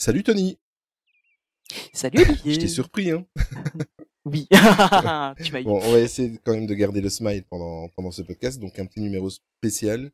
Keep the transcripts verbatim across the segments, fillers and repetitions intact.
Salut Tony. Salut Olivier. Je t'ai surpris, hein. Oui, tu m'as eu. Bon, on va essayer quand même de garder le smile pendant, pendant ce podcast, donc un petit numéro spécial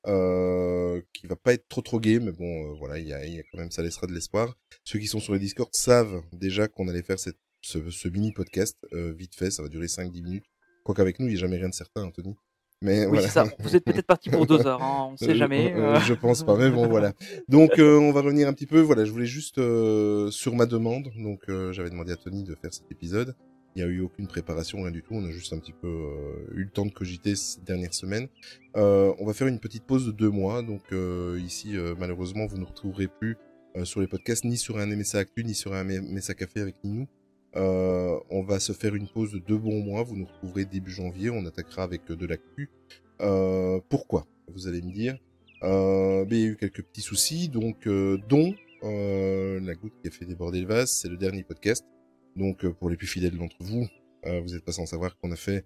euh, qui va pas être trop trop gai, mais bon, euh, voilà, il y a, y a quand même, ça laissera de l'espoir. Ceux qui sont sur le Discord savent déjà qu'on allait faire cette, ce, ce mini podcast euh, vite fait, ça va durer cinq dix minutes. Quoique avec nous, il n'y a jamais rien de certain, Anthony. Mais Oui, voilà. c'est ça. Vous êtes peut-être parti pour deux heures, hein, on ne sait Euh, jamais. euh, euh. je pense pas, mais bon, voilà. Donc, euh, on va revenir un petit peu. Voilà, je voulais juste, euh, sur ma demande, donc euh, j'avais demandé à Tony de faire cet épisode. Il n'y a eu aucune préparation, rien du tout. On a juste un petit peu euh, eu le temps de cogiter ces dernières semaines. Euh, on va faire une petite pause de deux mois. Donc euh, ici, euh, malheureusement, vous ne retrouverez plus euh, sur les podcasts, ni sur un M S A Actu, ni sur un M S A Café avec Ninou. Euh, on va se faire une pause de deux bons mois. Vous nous retrouverez début janvier. On attaquera avec euh, de l'actu. Euh, pourquoi, vous allez me dire. Euh, mais il y a eu quelques petits soucis, donc euh, dont euh, la goutte qui a fait déborder le vase, c'est le dernier podcast. Donc euh, pour les plus fidèles d'entre vous, euh, vous n'êtes pas sans savoir qu'on a fait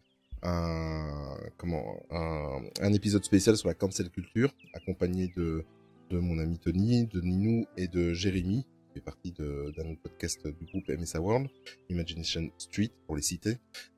un comment un, un épisode spécial sur la cancel culture, accompagné de de mon ami Tony, de Ninou et de Jérémy, qui fait partie de, d'un autre podcast du groupe M S A World, Imagination Street pour les citer.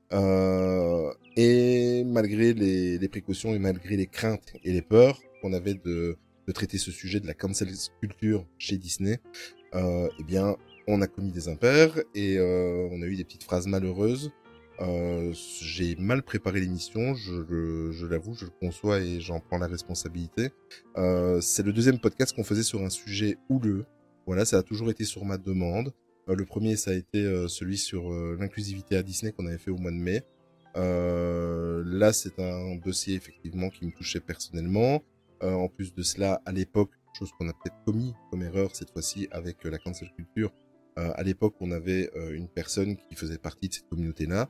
Euh, et malgré les, les précautions et malgré les craintes et les peurs qu'on avait de, de traiter ce sujet de la cancel culture chez Disney, euh, eh bien, on a commis des impairs et euh, on a eu des petites phrases malheureuses. Euh, j'ai mal préparé l'émission, je, je, je l'avoue, je le conçois et j'en prends la responsabilité. Euh, c'est le deuxième podcast qu'on faisait sur un sujet houleux. Voilà, ça a toujours été sur ma demande. Euh, le premier, ça a été euh, celui sur euh, l'inclusivité à Disney qu'on avait fait au mois de mai. Euh, là, c'est un dossier effectivement qui me touchait personnellement. Euh, en plus de cela, à l'époque, chose qu'on a peut-être commis comme erreur cette fois-ci avec euh, la cancel culture, euh, à l'époque, on avait euh, une personne qui faisait partie de cette communauté-là.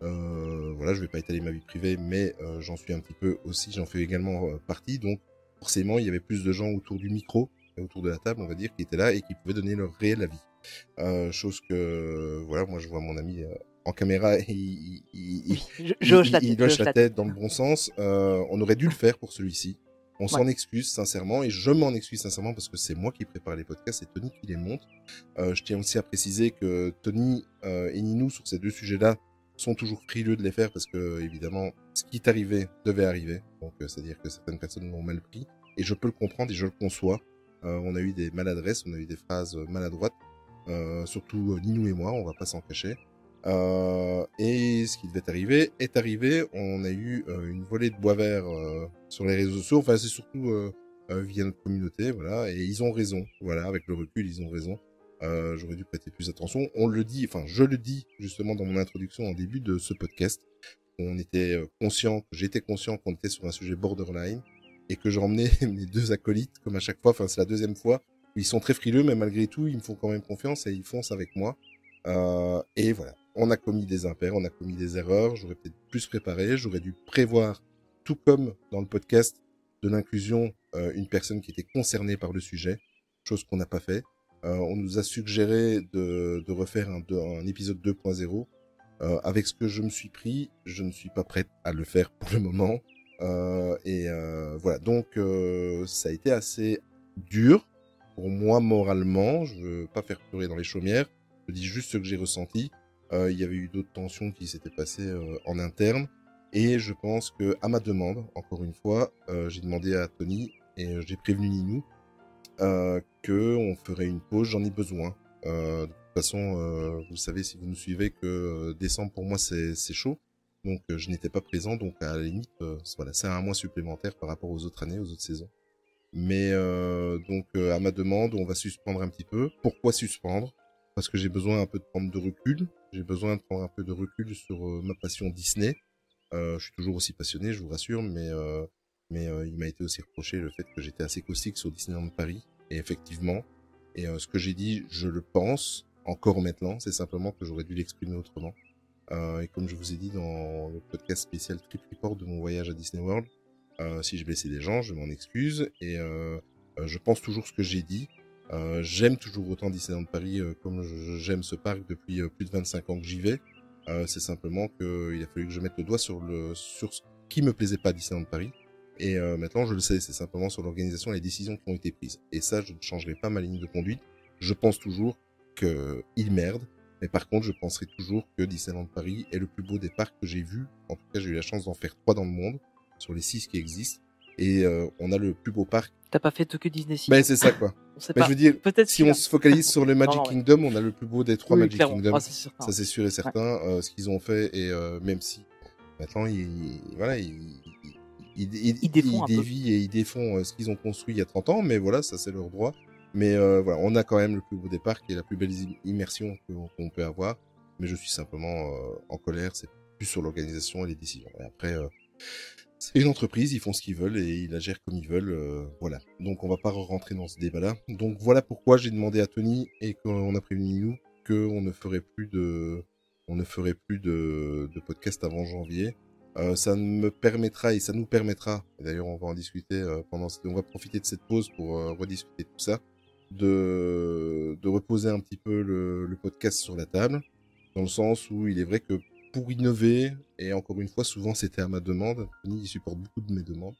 Euh, voilà, je vais pas étaler ma vie privée, mais euh, j'en suis un petit peu aussi, j'en fais également euh, partie. Donc, forcément, il y avait plus de gens autour du micro et autour de la table, on va dire, qui étaient là et qui pouvaient donner leur réel avis. Euh, chose que, voilà, moi je vois mon ami euh, en caméra, il, il, il, Oui, je, il, je hoche il, la il tête. je hoche hoche la la tête tête. dans le bon sens. Euh, on aurait dû le faire pour celui-ci. On s'en Ouais. excuse sincèrement et je m'en excuse sincèrement parce que c'est moi qui prépare les podcasts, c'est Tony qui les monte. Euh, je tiens aussi à préciser que Tony euh, et Ninou sur ces deux sujets-là sont toujours frileux de les faire parce que évidemment ce qui est arrivé devait arriver. Donc euh, c'est-à-dire que certaines personnes l'ont mal pris et je peux le comprendre et je le conçois. Euh, on a eu des maladresses, on a eu des phrases maladroites. Euh, surtout euh, Ninou et moi, on va pas s'en cacher. Euh, et ce qui devait arriver est arrivé. On a eu euh, une volée de bois vert euh, sur les réseaux sociaux. Enfin, c'est surtout euh, euh, via notre communauté, voilà. Et ils ont raison, voilà. Avec le recul, ils ont raison. Euh, j'aurais dû prêter plus attention. On le dit, enfin, je le dis justement dans mon introduction en début de ce podcast. On était conscient, que j'étais conscient qu'on était sur un sujet borderline et que j'emmenais mes deux acolytes, comme à chaque fois. Enfin, c'est la deuxième fois. Ils sont très frileux, mais malgré tout, ils me font quand même confiance et ils foncent avec moi. Euh, et voilà, on a commis des impairs, on a commis des erreurs. J'aurais peut-être plus préparé, j'aurais dû prévoir, tout comme dans le podcast de l'inclusion, euh, une personne qui était concernée par le sujet, chose qu'on n'a pas fait. Euh, on nous a suggéré de, de refaire un, de, un épisode deux point zéro. Euh, avec ce que je me suis pris, je ne suis pas prête à le faire pour le moment. Euh, et euh, voilà, donc euh, ça a été assez dur pour moi moralement. Je veux pas faire pleurer dans les chaumières. Je dis juste ce que j'ai ressenti. Euh, il y avait eu d'autres tensions qui s'étaient passées euh, en interne. Et je pense que, à ma demande, encore une fois, euh, j'ai demandé à Tony et euh, j'ai prévenu Ninou euh, que on ferait une pause. J'en ai besoin. Euh, de toute façon, euh, vous savez si vous nous suivez que euh, décembre pour moi c'est c'est chaud. Donc euh, je n'étais pas présent. Donc à la limite, euh, voilà, c'est un mois supplémentaire par rapport aux autres années, aux autres saisons. Mais euh, donc euh, à ma demande, on va suspendre un petit peu. Pourquoi suspendre? Parce que j'ai besoin un peu de prendre de recul. J'ai besoin de prendre un peu de recul sur euh, ma passion Disney. Euh, je suis toujours aussi passionné, je vous rassure, mais euh, mais euh, il m'a été aussi reproché le fait que j'étais assez caustique sur Disneyland Paris. Et effectivement, et euh, ce que j'ai dit, je le pense encore maintenant. C'est simplement que j'aurais dû l'exprimer autrement. Euh, et comme je vous ai dit dans le podcast spécial Trip Report de mon voyage à Disney World, euh, si j'ai blessé des gens, je m'en excuse et euh, euh, je pense toujours ce que j'ai dit. Euh, j'aime toujours autant Disneyland Paris euh, comme je, j'aime ce parc depuis euh, plus de vingt-cinq ans que j'y vais. Euh, c'est simplement qu'il a fallu que je mette le doigt sur le sur ce qui me plaisait pas à Disneyland Paris. Et euh, maintenant je le sais, c'est simplement sur l'organisation et les décisions qui ont été prises. Et ça, je ne changerai pas ma ligne de conduite. Je pense toujours qu'il merde. Mais par contre, je penserai toujours que Disneyland Paris est le plus beau des parcs que j'ai vu. En tout cas, j'ai eu la chance d'en faire trois dans le monde, sur les six qui existent. Et euh, on a le plus beau parc. T'as pas fait Tokyo Disney Sea. Ben, c'est ça, quoi. On sait Mais pas. je veux dire, Peut-être si celui-là. on se focalise sur le Magic Non, non, ouais. Kingdom, on a le plus beau des trois Oui, Magic clairement. Kingdom. Ah, c'est certain. Ça, c'est sûr et certain. Euh, ce qu'ils ont fait, et euh, même si maintenant, ils, voilà, ils, ils, ils, Ils défont ils un peu. dévient et ils défont euh, ce qu'ils ont construit il y a trente ans, mais voilà, ça, c'est leur droit. Mais euh, voilà, on a quand même le plus beau des parcs et la plus belle im- immersion qu'on qu'on peut avoir. Mais je suis simplement euh, en colère, c'est plus sur l'organisation et les décisions. Et après, euh, c'est une entreprise, ils font ce qu'ils veulent et ils la gèrent comme ils veulent, euh, voilà. Donc on va pas rentrer dans ce débat-là. Donc voilà pourquoi j'ai demandé à Tony et qu'on a prévenu nous qu'on ne ferait plus de, on ne ferait plus de, de podcast avant janvier. Euh, ça me permettra et ça nous permettra, et d'ailleurs on va en discuter euh, pendant, on va profiter de cette pause pour euh, rediscuter de tout ça, de, de reposer un petit peu le, le podcast sur la table, dans le sens où il est vrai que pour innover, et encore une fois, souvent c'était à ma demande, Tony il supporte beaucoup de mes demandes,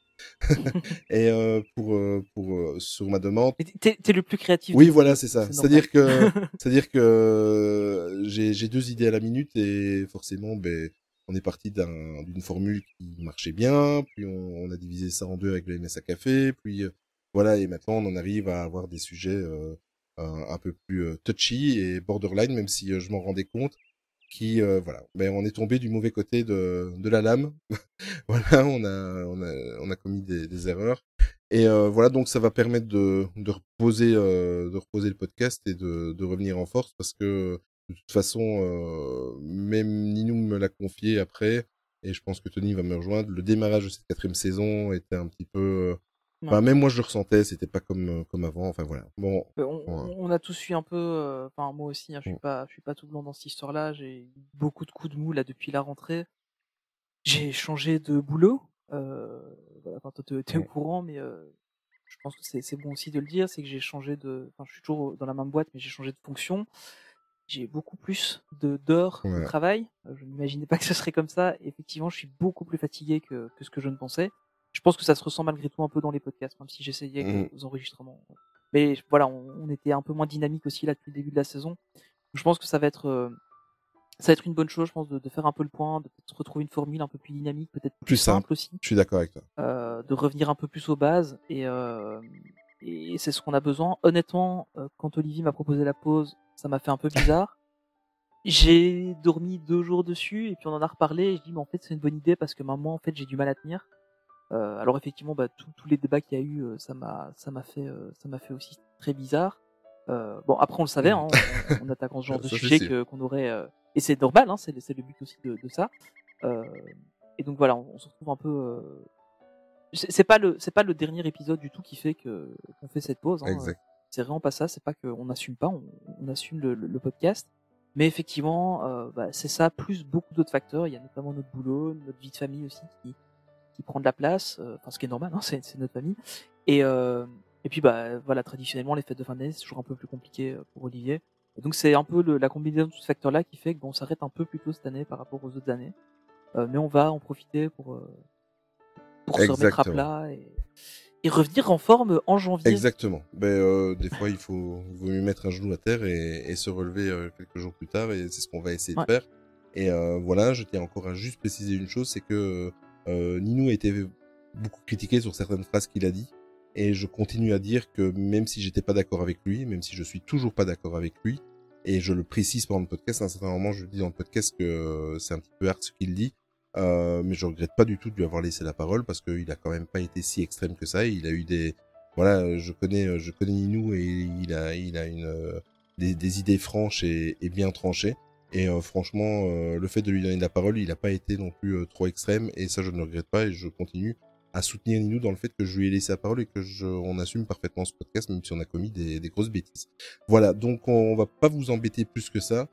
et euh, pour, euh, pour euh, sur ma demande. Mais t'es, t'es le plus créatif. Oui, de voilà, nous, c'est ça. c'est C'est-à-dire normal. que, c'est-à-dire que euh, j'ai, j'ai deux idées à la minute et forcément, ben, on est parti d'un, d'une formule qui marchait bien, puis on, on a divisé ça en deux avec le M S A Café, puis euh, voilà, et maintenant on en arrive à avoir des sujets euh, un, un peu plus euh, touchy et borderline, même si euh, je m'en rendais compte, qui, euh, voilà, ben, on est tombé du mauvais côté de, de la lame. Voilà, on a, on a, on a commis des, des erreurs. Et euh, voilà, donc ça va permettre de, de reposer, euh, de reposer le podcast et de, de revenir en force parce que de toute façon, euh, même Ninou me l'a confié après, et je pense que Tony va me rejoindre. Le démarrage de cette quatrième saison était un petit peu, euh, enfin Ouais. même moi je le ressentais, c'était pas comme comme avant. Enfin voilà. Bon, Euh, On, ouais. on a tous eu un peu, euh, enfin moi aussi, hein, je suis Mm. pas, je suis pas tout blanc dans cette histoire-là. J'ai eu beaucoup de coups de mou là depuis la rentrée. J'ai changé de boulot. Euh, voilà, enfin, toi, t'es, t'es au Mm. courant, mais euh, je pense que c'est, c'est bon aussi de le dire, c'est que j'ai changé de, enfin, je suis toujours dans la même boîte, mais j'ai changé de fonction. J'ai beaucoup plus de d'heures de Ouais. travail. Euh, Je n'imaginais pas que ce serait comme ça. Effectivement, je suis beaucoup plus fatigué que, que ce que je ne pensais. Je pense que ça se ressent malgré tout un peu dans les podcasts, même si j'essayais avec Mm. les enregistrements. Mais voilà, on, on était un peu moins dynamique aussi là depuis le début de la saison. Je pense que ça va être, euh, ça va être une bonne chose, je pense, de, de faire un peu le point, de peut-être retrouver une formule un peu plus dynamique, peut-être plus Plus simple. simple aussi, Je suis d'accord avec toi. euh, de revenir un peu plus aux bases. Et, euh, et c'est ce qu'on a besoin. Honnêtement, euh, quand Olivier m'a proposé la pause, ça m'a fait un peu bizarre. J'ai dormi deux jours dessus et puis on en a reparlé et je dis mais en fait c'est une bonne idée parce que maintenant en fait j'ai du mal à tenir. Euh, alors effectivement bah tous tous les débats qu'il y a eu euh, ça m'a ça m'a fait euh, ça m'a fait aussi très bizarre. Euh, bon après on le savait Mm. hein, en, en attaquant ce genre de Ça, c'est sujet sûr. que qu'on aurait euh, et c'est normal hein, c'est c'est le but aussi de, de ça. Euh, et donc voilà on, on se retrouve un peu euh, c'est c'est pas le c'est pas le dernier épisode du tout qui fait que qu'on fait cette pause. Hein. Exact. C'est vraiment pas ça. C'est pas qu'on n'assume pas. On, on assume le, le, le podcast. Mais effectivement, euh, bah, c'est ça plus beaucoup d'autres facteurs. Il y a notamment notre boulot, notre vie de famille aussi qui qui prend de la place. euh, Enfin, ce qui est normal, hein, c'est c'est notre famille. Et euh, et puis bah voilà, traditionnellement les fêtes de fin d'année c'est toujours un peu plus compliqué euh, pour Olivier. Et donc c'est un peu le, la combinaison de tous ces facteurs-là qui fait que bon, on s'arrête un peu plus tôt cette année par rapport aux autres années. Euh, mais on va en profiter pour euh, pour se remettre à Exactement. plat et, et revenir en forme en janvier. Exactement. Ben, euh, des fois, il faut, il vaut mieux mettre un genou à terre et, et se relever euh, quelques jours plus tard, et c'est ce qu'on va essayer Ouais. de faire. Et euh, voilà, je tiens encore à juste préciser une chose, c'est que euh, Ninou a été beaucoup critiqué sur certaines phrases qu'il a dit, et je continue à dire que même si j'étais pas d'accord avec lui, même si je suis toujours pas d'accord avec lui, et je le précise pendant le podcast, à un certain moment, je dis dans le podcast que euh, c'est un petit peu hard ce qu'il dit. Euh, mais je regrette pas du tout de lui avoir laissé la parole parce qu'il a quand même pas été si extrême que ça. Il a eu des, voilà, je connais, je connais Ninou et il a, il a une, euh, des, des idées franches et, et bien tranchées. Et euh, franchement, euh, le fait de lui donner la parole, il a pas été non plus euh, trop extrême, et ça je ne le regrette pas, et je continue à soutenir Ninou dans le fait que je lui ai laissé la parole et que je, on assume parfaitement ce podcast même si on a commis des, des grosses bêtises. Voilà, donc on va pas vous embêter plus que ça.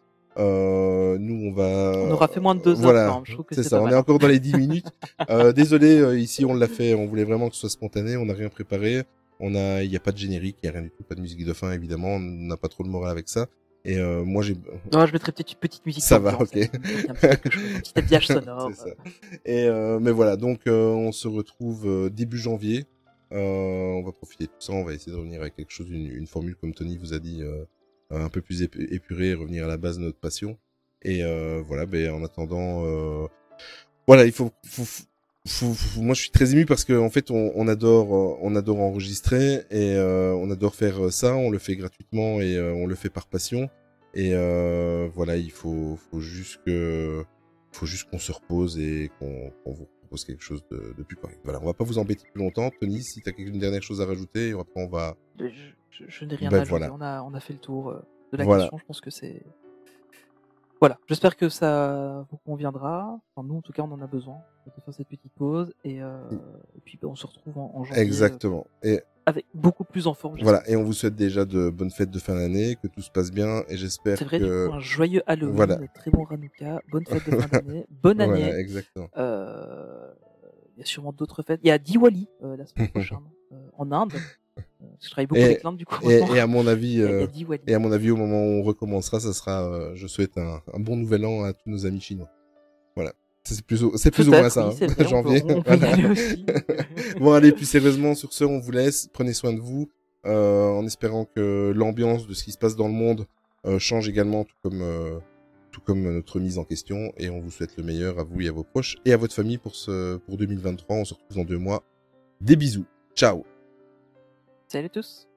Euh, nous, on va. On aura fait moins de deux voilà, heures quand même. Je trouve que c'est c'est ça. pas On mal. est Hein. encore dans les dix minutes. Euh, désolé, euh, ici on l'a fait. On voulait vraiment que ce soit spontané. On n'a rien préparé. On a, il y a pas de générique, il y a rien du tout, pas de musique de fin évidemment. On n'a pas trop le moral avec ça. Et euh, moi j'ai. Non, je mettrais peut-être une petite musique. Ça va, ok. Un petit, quelque chose, un petit habillage sonore. C'est ça. Et euh, mais voilà, donc euh, on se retrouve euh, début janvier. Euh, on va profiter de tout ça. On va essayer de revenir avec quelque chose, une, une formule comme Tony vous a dit. Euh, un peu plus ép- épuré, revenir à la base de notre passion. Et euh, voilà, ben en attendant, euh, voilà, il faut, faut, faut, faut- moi je suis très ému parce que en fait on, on adore, euh, on adore enregistrer et euh, on adore faire ça. On le fait gratuitement et euh, on le fait par passion. Et euh, voilà, il faut, faut juste que, faut juste qu'on se repose et qu'on, qu'on vous propose quelque chose de, de plus correct. Voilà, on va pas vous embêter plus longtemps. Tony, si t'as une dernière chose à rajouter, et après on va, Je, je- je n'ai rien ben à ajouter. voilà, On a, on a fait le tour euh, de la voilà. question. Je pense que c'est. Voilà. J'espère que ça vous conviendra. Enfin, nous, en tout cas, on en a besoin de faire cette petite pause. Et, euh, et puis, ben, on se retrouve en, en janvier euh, Exactement. Et avec beaucoup plus en forme, j'espère. voilà, et on vous souhaite déjà de bonnes fêtes de fin d'année, que tout se passe bien, et j'espère C'est vrai, du que coup, un joyeux voilà, Halloween, très bon Hanouka, bonne fête de fin d'année, bonne voilà, année. exactement. Euh, Il y a sûrement d'autres fêtes. Il y a Diwali euh, la semaine prochaine euh, en Inde. Euh, parce que je travaille beaucoup Et, avec l'Inde du coup. et, Maintenant. et à mon avis, Il y a, il y euh, a Diwali. et à mon avis, au moment où on recommencera, ça sera, euh, je souhaite un, un bon nouvel an à tous nos amis chinois. Voilà. C'est plus, ou- c'est plus ou moins Peut-être, ça, oui, hein, c'est vrai. On peut, janvier. on, on peut y Voilà. aller aussi. Bon, allez, plus sérieusement, sur ce, on vous laisse. Prenez soin de vous, euh, en espérant que l'ambiance de ce qui se passe dans le monde euh, change également, tout comme, euh, tout comme notre mise en question. Et on vous souhaite le meilleur à vous et à vos proches et à votre famille pour ce, pour deux mille vingt-trois. On se retrouve dans deux mois. Des bisous. Ciao. Salut à tous.